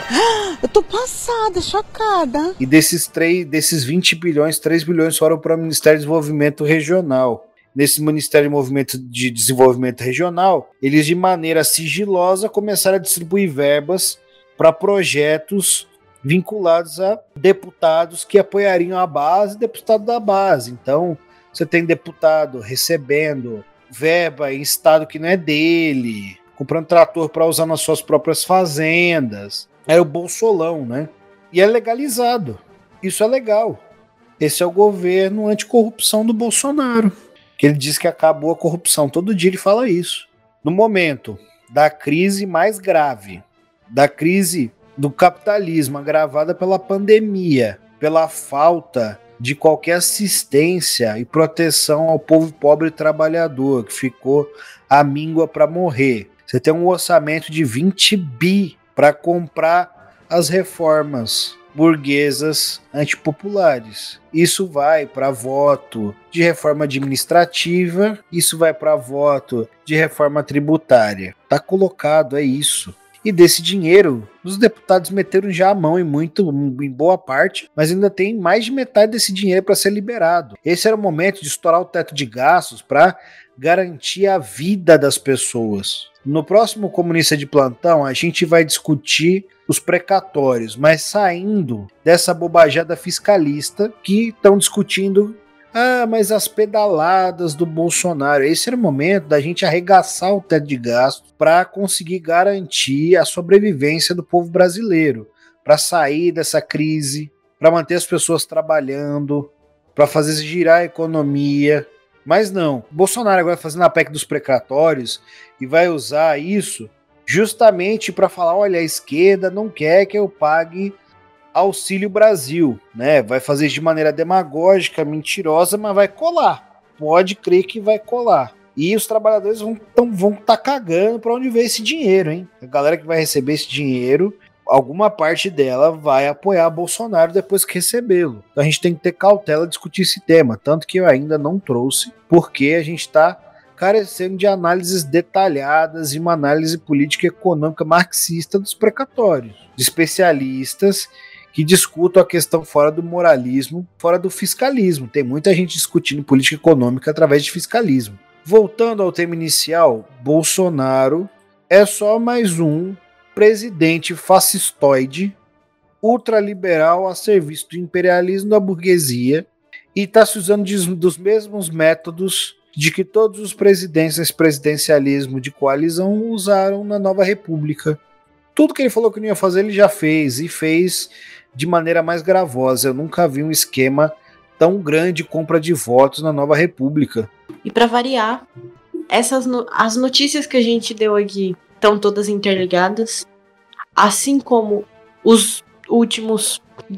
S15: Eu tô passada, chocada.
S1: E desses, três, desses vinte bilhões, três bilhões foram para o Ministério de Desenvolvimento Regional. Nesse Ministério de, Movimento de Desenvolvimento Regional, eles de maneira sigilosa começaram a distribuir verbas para projetos vinculados a deputados que apoiariam a base e deputado da base. Então, você tem deputado recebendo verba em estado que não é dele, comprando trator para usar nas suas próprias fazendas. Era o bolsolão, né? E é legalizado. Isso é legal. Esse é o governo anticorrupção do Bolsonaro. Que ele diz que acabou a corrupção. Todo dia ele fala isso. No momento da crise mais grave, da crise do capitalismo agravada pela pandemia, pela falta de qualquer assistência e proteção ao povo pobre e trabalhador, que ficou à míngua para morrer. Você tem um orçamento de vinte bi para comprar as reformas burguesas antipopulares. Isso vai para voto de reforma administrativa, isso vai para voto de reforma tributária. Tá colocado, é isso. E desse dinheiro, os deputados meteram já a mão em muito, em boa parte, mas ainda tem mais de metade desse dinheiro para ser liberado. Esse era o momento de estourar o teto de gastos para garantir a vida das pessoas. No próximo Comunista de Plantão, a gente vai discutir os precatórios, mas saindo dessa bobajada fiscalista que estão discutindo, ah, mas as pedaladas do Bolsonaro. Esse era o momento da gente arregaçar o teto de gastos para conseguir garantir a sobrevivência do povo brasileiro, para sair dessa crise, para manter as pessoas trabalhando, para fazer girar a economia. Mas não, Bolsonaro agora fazendo a P E C dos precatórios e vai usar isso justamente para falar, olha, a esquerda não quer que eu pague Auxílio Brasil, né? Vai fazer de maneira demagógica, mentirosa, mas vai colar. Pode crer que vai colar. E os trabalhadores vão estar vão tá cagando para onde veio esse dinheiro, hein? A galera que vai receber esse dinheiro, alguma parte dela vai apoiar Bolsonaro depois que recebê-lo. Então a gente tem que ter cautela de discutir esse tema, tanto que eu ainda não trouxe, porque a gente está carecendo de análises detalhadas e uma análise política e econômica marxista dos precatórios, de especialistas que discutam a questão fora do moralismo, fora do fiscalismo. Tem muita gente discutindo política econômica através de fiscalismo. Voltando ao tema inicial, Bolsonaro é só mais um presidente fascistoide, ultraliberal a serviço do imperialismo da burguesia e está se usando de, dos mesmos métodos de que todos os presidentes desse presidencialismo de coalizão usaram na nova república. Tudo que ele falou que não ia fazer, ele já fez, e fez de maneira mais gravosa. Eu nunca vi um esquema tão grande de compra de votos na nova república.
S9: E para variar, essas no- as notícias que a gente deu aqui estão todas interligadas, assim como os últimos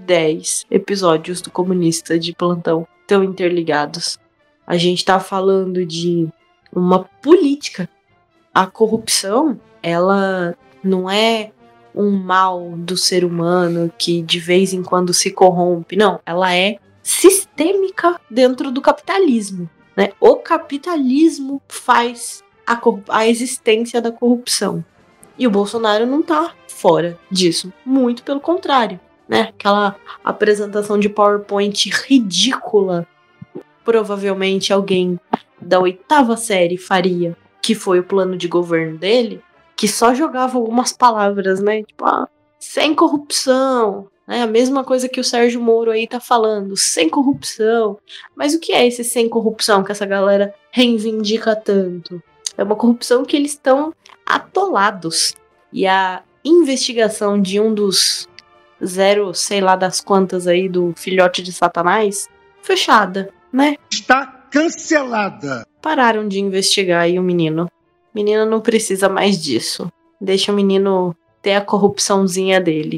S9: dez episódios do Comunista de Plantão estão interligados. A gente está falando de uma política. A corrupção, ela não é um mal do ser humano que de vez em quando se corrompe. Não, ela é sistêmica dentro do capitalismo, né? O capitalismo faz a, corrup- a existência da corrupção. E o Bolsonaro não tá fora disso. Muito pelo contrário, né? Aquela apresentação de PowerPoint ridícula, provavelmente alguém da oitava série faria, que foi o plano de governo dele, que só jogava algumas palavras, né? Tipo, ah, sem corrupção, né? A mesma coisa que o Sérgio Moro aí tá falando, sem corrupção. Mas o que é esse sem corrupção que essa galera reivindica tanto? É uma corrupção que eles estão atolados. E a investigação de um dos zero, sei lá das quantas aí, do filhote de Satanás, fechada, né?
S2: Está cancelada.
S9: Pararam de investigar aí o menino. O menino não precisa mais disso. Deixa o menino ter a corrupçãozinha dele.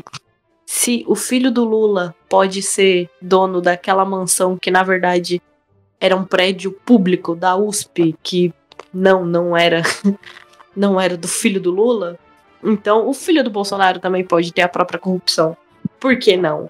S9: Se o filho do Lula pode ser dono daquela mansão que na verdade era um prédio público da U S P, que não, não era, não era do filho do Lula, então o filho do Bolsonaro também pode ter a própria corrupção. Por que não?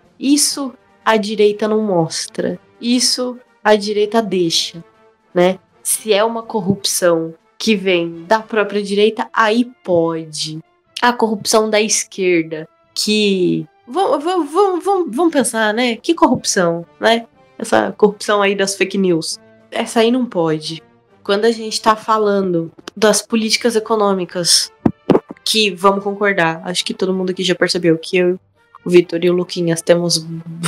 S9: Isso a direita não mostra. Isso a direita deixa, né? Se é uma corrupção que vem da própria direita, aí pode. A corrupção da esquerda, que... Vamos, vamos, vamos, vamos pensar, né? Que corrupção, né? Essa corrupção aí das fake news. Essa aí não pode. Quando a gente tá falando das políticas econômicas, que, vamos concordar, acho que todo mundo aqui já percebeu que eu, o Vitor e o Luquinhas temos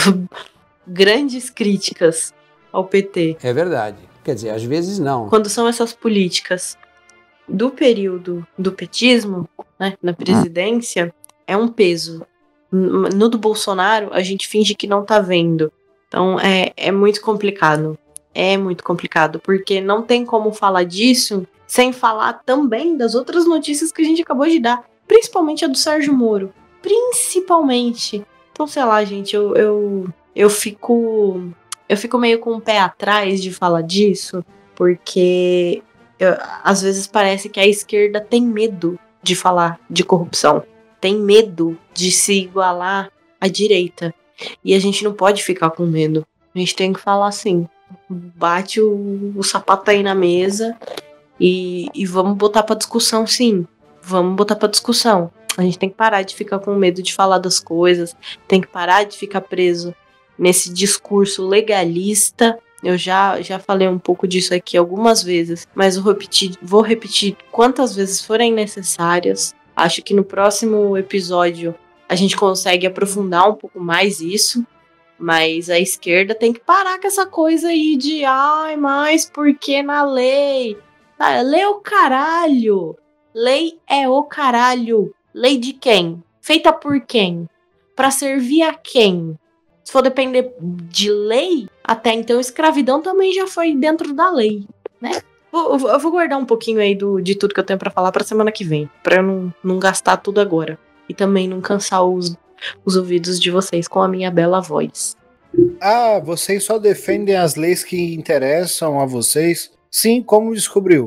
S9: grandes críticas ao P T.
S16: É verdade. Quer dizer, às vezes não.
S9: Quando são essas políticas do período do petismo, né, na presidência, é um peso. No do Bolsonaro, a gente finge que não tá vendo. Então, é, é muito complicado. É muito complicado, porque não tem como falar disso sem falar também das outras notícias que a gente acabou de dar. Principalmente a do Sérgio Moro. Principalmente. Então, sei lá, gente, eu, eu, eu fico... Eu fico meio com o pé atrás de falar disso, porque eu, às vezes parece que a esquerda tem medo de falar de corrupção, tem medo de se igualar à direita. E a gente não pode ficar com medo. A gente tem que falar assim, bate o, o sapato aí na mesa e, e vamos botar pra discussão, sim. Vamos botar pra discussão. A gente tem que parar de ficar com medo de falar das coisas, tem que parar de ficar preso nesse discurso legalista. Eu já, já falei um pouco disso aqui algumas vezes, mas vou repetir, vou repetir quantas vezes forem necessárias. Acho que no próximo episódio a gente consegue aprofundar um pouco mais isso, mas a esquerda tem que parar com essa coisa aí de ai, mas por que na lei? Ah, lei é o caralho! Lei é o caralho! Lei de quem? Feita por quem? Pra servir a quem? Se for depender de lei, até então escravidão também já foi dentro da lei, né? Eu, eu vou guardar um pouquinho aí do, de tudo que eu tenho pra falar pra semana que vem, pra eu não, não gastar tudo agora. E também não cansar os, os ouvidos de vocês com a minha bela voz.
S1: Ah, vocês só defendem as leis que interessam a vocês? Sim, como descobriu?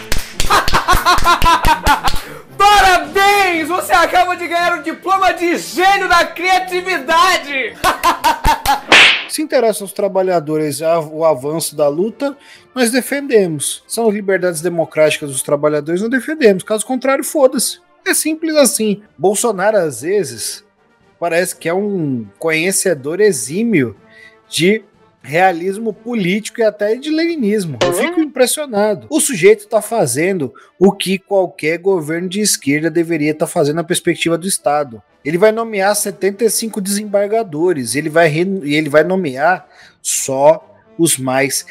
S17: Parabéns! Você acaba de ganhar o diploma de gênio da criatividade!
S1: Se interessam os trabalhadores o avanço da luta, nós defendemos. São as liberdades democráticas dos trabalhadores, nós defendemos. Caso contrário, foda-se. É simples assim. Bolsonaro, às vezes, parece que é um conhecedor exímio de realismo político e até de leninismo. Eu fico impressionado. O sujeito está fazendo o que qualquer governo de esquerda deveria estar tá fazendo na perspectiva do Estado. Ele vai nomear setenta e cinco desembargadores, ele vai, re... ele vai nomear só os mais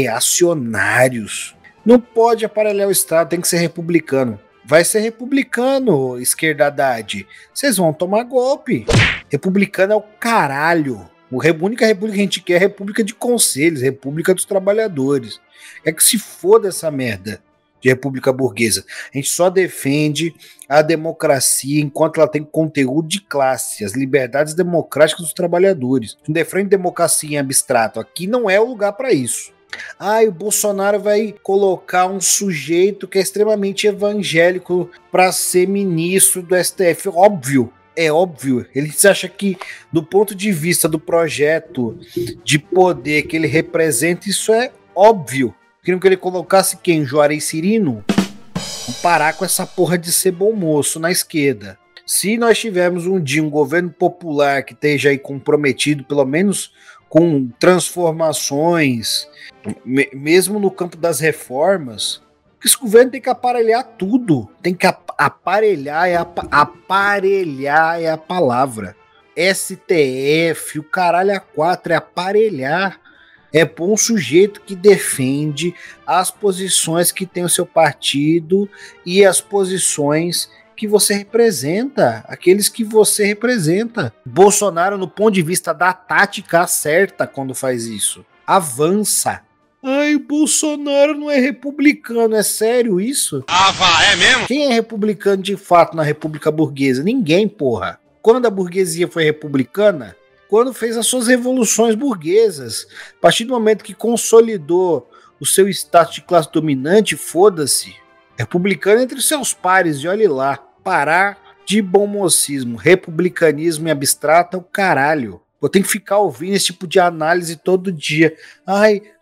S1: reacionários. Não pode aparelhar o Estado, tem que ser republicano. Vai ser republicano, esquerda Haddad. Vocês vão tomar golpe. Republicano é o caralho. A única república que a gente quer é a república de conselhos, república dos trabalhadores. É que se foda essa merda de república burguesa. A gente só defende a democracia enquanto ela tem conteúdo de classe, as liberdades democráticas dos trabalhadores. Não defende democracia em abstrato. Aqui não é o lugar para isso. Ah, e o Bolsonaro vai colocar um sujeito que é extremamente evangélico para ser ministro do S T F. Óbvio. É óbvio, ele acha que, do ponto de vista do projeto de poder que ele representa, isso é óbvio. Queriam que ele colocasse quem? Juarez Cirino? Vamos parar com essa porra de ser bom moço na esquerda. Se nós tivermos um dia um governo popular que esteja aí comprometido, pelo menos com transformações, me- mesmo no campo das reformas, esse governo tem que aparelhar tudo. Tem que ap- aparelhar, é ap- aparelhar é a palavra. S T F, o caralho a quatro, é aparelhar. É pôr um sujeito que defende as posições que tem o seu partido e as posições que você representa, aqueles que você representa. Bolsonaro, no ponto de vista da tática, acerta quando faz isso. Avança. Ai, o Bolsonaro não é republicano, é sério isso?
S17: Ah, vá, é mesmo?
S1: Quem é republicano de fato na República Burguesa? Ninguém, porra. Quando a burguesia foi republicana, quando fez as suas revoluções burguesas, a partir do momento que consolidou o seu status de classe dominante, foda-se. Republicano entre os seus pares, e olhe lá. Parar de bom mocismo, republicanismo e abstrato é o caralho. Eu tenho que ficar ouvindo esse tipo de análise todo dia. Ai,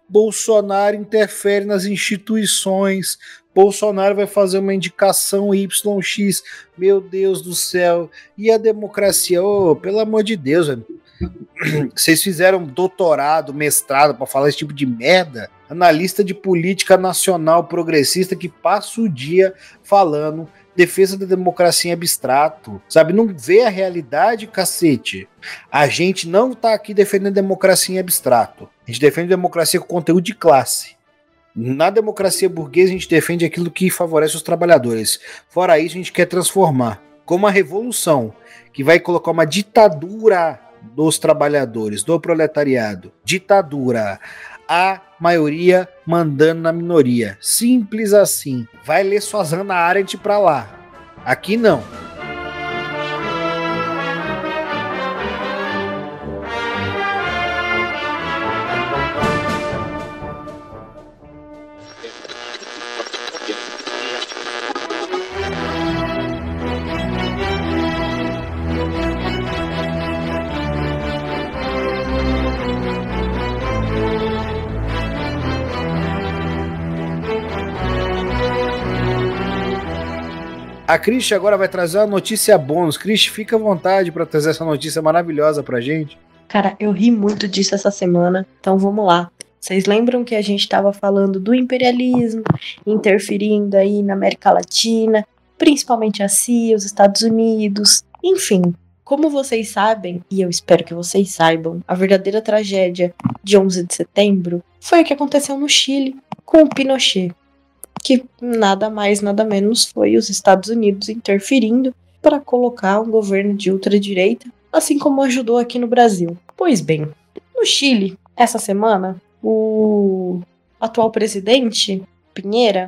S1: Bolsonaro interfere nas instituições, Bolsonaro vai fazer uma indicação Y X, meu Deus do céu, e a democracia, oh, pelo amor de Deus, velho. Vocês fizeram doutorado, mestrado pra falar esse tipo de merda? Analista de política nacional progressista que passa o dia falando defesa da democracia em abstrato, sabe? Não vê a realidade, cacete. A gente não tá aqui defendendo a democracia em abstrato. A gente defende a democracia com conteúdo de classe. Na democracia burguesa, a gente defende aquilo que favorece os trabalhadores. Fora isso, a gente quer transformar como uma revolução que vai colocar uma ditadura dos trabalhadores, do proletariado. Ditadura. A maioria mandando na minoria. Simples assim. Vai ler suas Hannah Arendt pra lá. Aqui não. A Cristi agora vai trazer uma notícia bônus. Cristi, fica à vontade para trazer essa notícia maravilhosa pra gente.
S9: Cara, eu ri muito disso essa semana, então vamos lá. Vocês lembram que a gente estava falando do imperialismo interferindo aí na América Latina, principalmente a C I A, os Estados Unidos, enfim. Como vocês sabem, e eu espero que vocês saibam, a verdadeira tragédia de onze de setembro foi o que aconteceu no Chile com o Pinochet, que nada mais, nada menos foi os Estados Unidos interferindo para colocar um governo de ultradireita, assim como ajudou aqui no Brasil. Pois bem, no Chile, essa semana, o atual presidente, Piñera,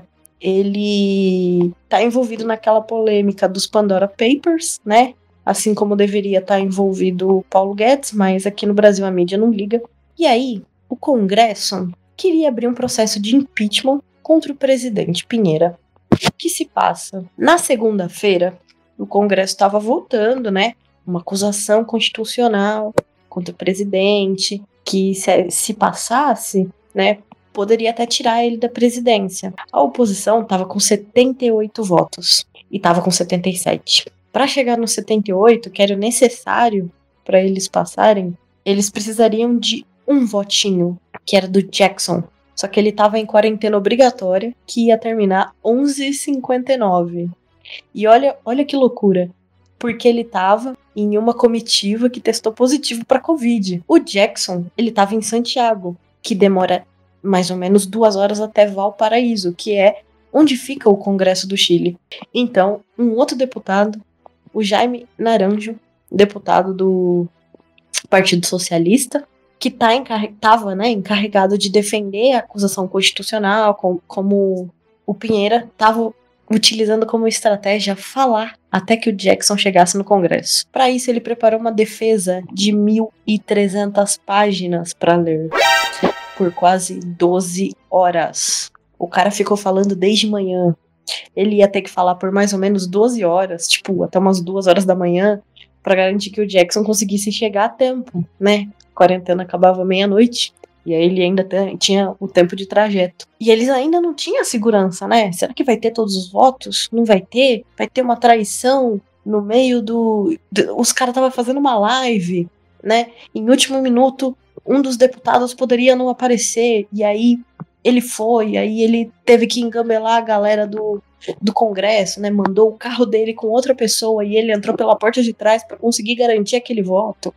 S9: ele tá envolvido naquela polêmica dos Pandora Papers, né? Assim como deveria estar envolvido o Paulo Guedes, mas aqui no Brasil a mídia não liga. E aí, o Congresso queria abrir um processo de impeachment contra o presidente Piñera. O que se passa? Na segunda-feira, o Congresso estava votando, né, uma acusação constitucional contra o presidente, que se, se passasse, né, poderia até tirar ele da presidência. A oposição estava com setenta e oito votos e estava com setenta e sete. Para chegar nos setenta e oito, que era o necessário para eles passarem, eles precisariam de um votinho, que era do Jackson. Só que ele estava em quarentena obrigatória, que ia terminar onze e cinquenta e nove. E olha, olha que loucura, porque ele estava em uma comitiva que testou positivo para Covid. O Jackson, ele estava em Santiago, que demora mais ou menos duas horas até Valparaíso, que é onde fica o Congresso do Chile. Então, um outro deputado, o Jaime Naranjo, deputado do Partido Socialista, que tá encarre- tava, né, encarregado de defender a acusação constitucional, com, como o Piñera estava utilizando como estratégia falar até que o Jackson chegasse no Congresso. Para isso, ele preparou uma defesa de mil e trezentas páginas para ler, por quase doze horas. O cara ficou falando desde manhã. Ele ia ter que falar por mais ou menos doze horas, tipo, até umas duas horas da manhã, para garantir que o Jackson conseguisse chegar a tempo, né? A quarentena acabava meia-noite, e aí ele ainda t- tinha o tempo de trajeto. E eles ainda não tinham segurança, né? Será que vai ter todos os votos? Não vai ter? Vai ter uma traição no meio do... do os caras estavam fazendo uma live, né? Em último minuto, um dos deputados poderia não aparecer, e aí ele foi, e aí ele teve que engambelar a galera do, do Congresso, né? Mandou o carro dele com outra pessoa, e ele entrou pela porta de trás para conseguir garantir aquele voto.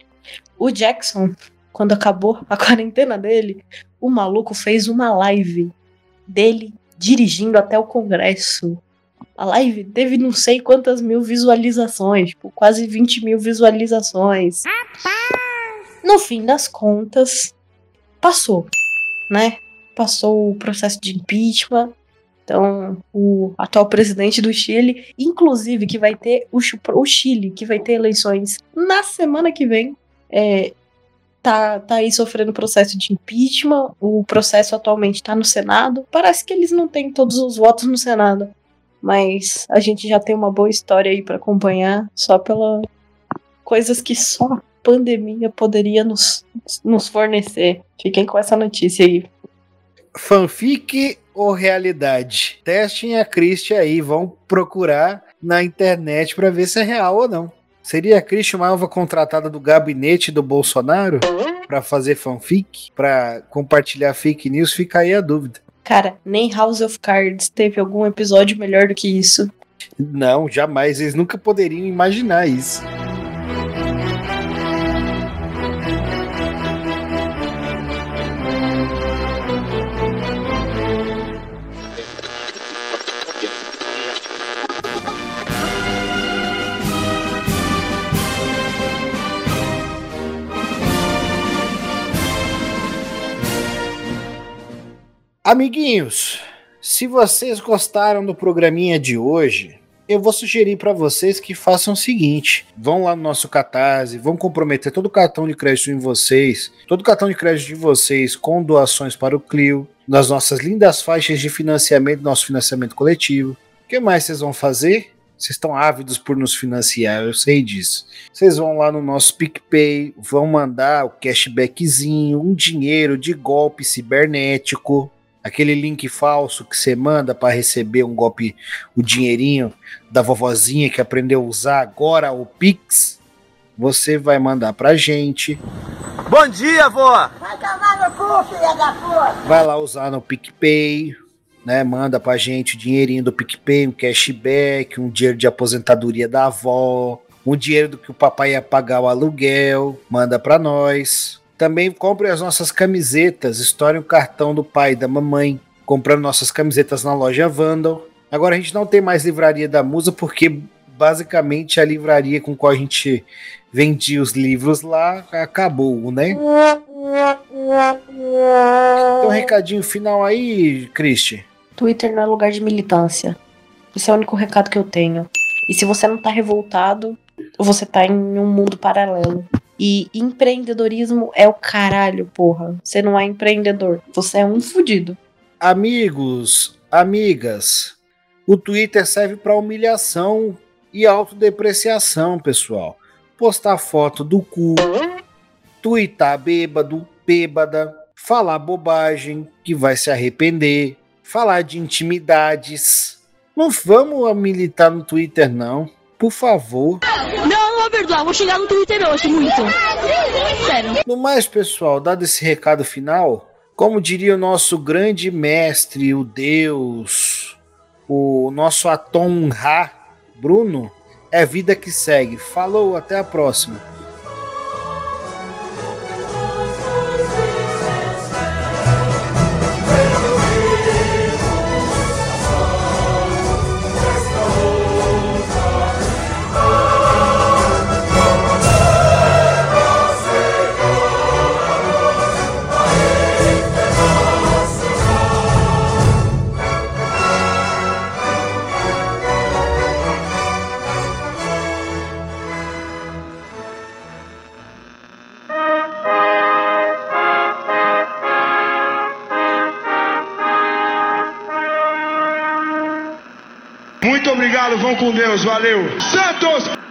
S9: O Jackson, quando acabou a quarentena dele, o maluco fez uma live dele dirigindo até o Congresso. A live teve não sei quantas mil visualizações, tipo, quase vinte mil visualizações. No fim das contas, passou, né? Passou o processo de impeachment. Então, o atual presidente do Chile, inclusive, que vai ter o, o Chile, que vai ter eleições na semana que vem, é, tá, tá aí sofrendo processo de impeachment. O processo atualmente tá no Senado. Parece que eles não têm todos os votos no Senado, mas a gente já tem uma boa história aí pra acompanhar, só pela coisas que só pandemia poderia nos, nos fornecer. Fiquem com essa notícia aí.
S1: Fanfic ou realidade? Testem a Christie aí, vão procurar na internet pra ver se é real ou não. Seria a Christie uma alva contratada do gabinete do Bolsonaro pra fazer fanfic? Pra compartilhar fake news? Fica aí a dúvida.
S9: Cara, nem House of Cards teve algum episódio melhor do que isso.
S1: Não, jamais. Eles nunca poderiam imaginar isso. Amiguinhos, se vocês gostaram do programinha de hoje, eu vou sugerir para vocês que façam o seguinte: vão lá no nosso Catarse, vão comprometer todo o cartão de crédito em vocês, todo o cartão de crédito de vocês com doações para o Clio, nas nossas lindas faixas de financiamento, nosso financiamento coletivo. O que mais vocês vão fazer? Vocês estão ávidos por nos financiar, eu sei disso. Vocês vão lá no nosso PicPay, vão mandar o cashbackzinho, um dinheiro de golpe cibernético. Aquele link falso que você manda para receber um golpe, o dinheirinho da vovozinha que aprendeu a usar agora o Pix, você vai mandar pra gente.
S17: Bom dia, vó!
S5: Vai tomar no cu, filha da puta!
S1: Vai lá usar no PicPay, né? Manda pra gente o dinheirinho do PicPay, um cashback, um dinheiro de aposentadoria da avó, um dinheiro do que o papai ia pagar o aluguel, manda pra nós. Também compre as nossas camisetas, estoure o cartão do pai e da mamãe, comprando nossas camisetas na loja Vandal. Agora a gente não tem mais livraria da Musa, porque basicamente a livraria com qual a gente vendia os livros lá acabou, né? Tem um recadinho final aí, Christie?
S9: Twitter não é lugar de militância. Esse é o único recado que eu tenho. E se você não tá revoltado, você tá em um mundo paralelo. E empreendedorismo é o caralho, porra. Você não é empreendedor, você é um fudido.
S1: Amigos, amigas, o Twitter serve para humilhação e autodepreciação, pessoal. Postar foto do cu, tuitar bêbado, bêbada, falar bobagem que vai se arrepender, falar de intimidades. Não vamos militar no Twitter, não. Por favor.
S18: Não, vou perdoar, vou chegar no Twitter hoje, muito. Sério.
S1: No mais, pessoal, dado esse recado final, como diria o nosso grande mestre, o Deus, o nosso Atum-Ra, Bruno, é vida que segue. Falou, até a próxima.
S7: Muito obrigado, vão com Deus, valeu. Santos!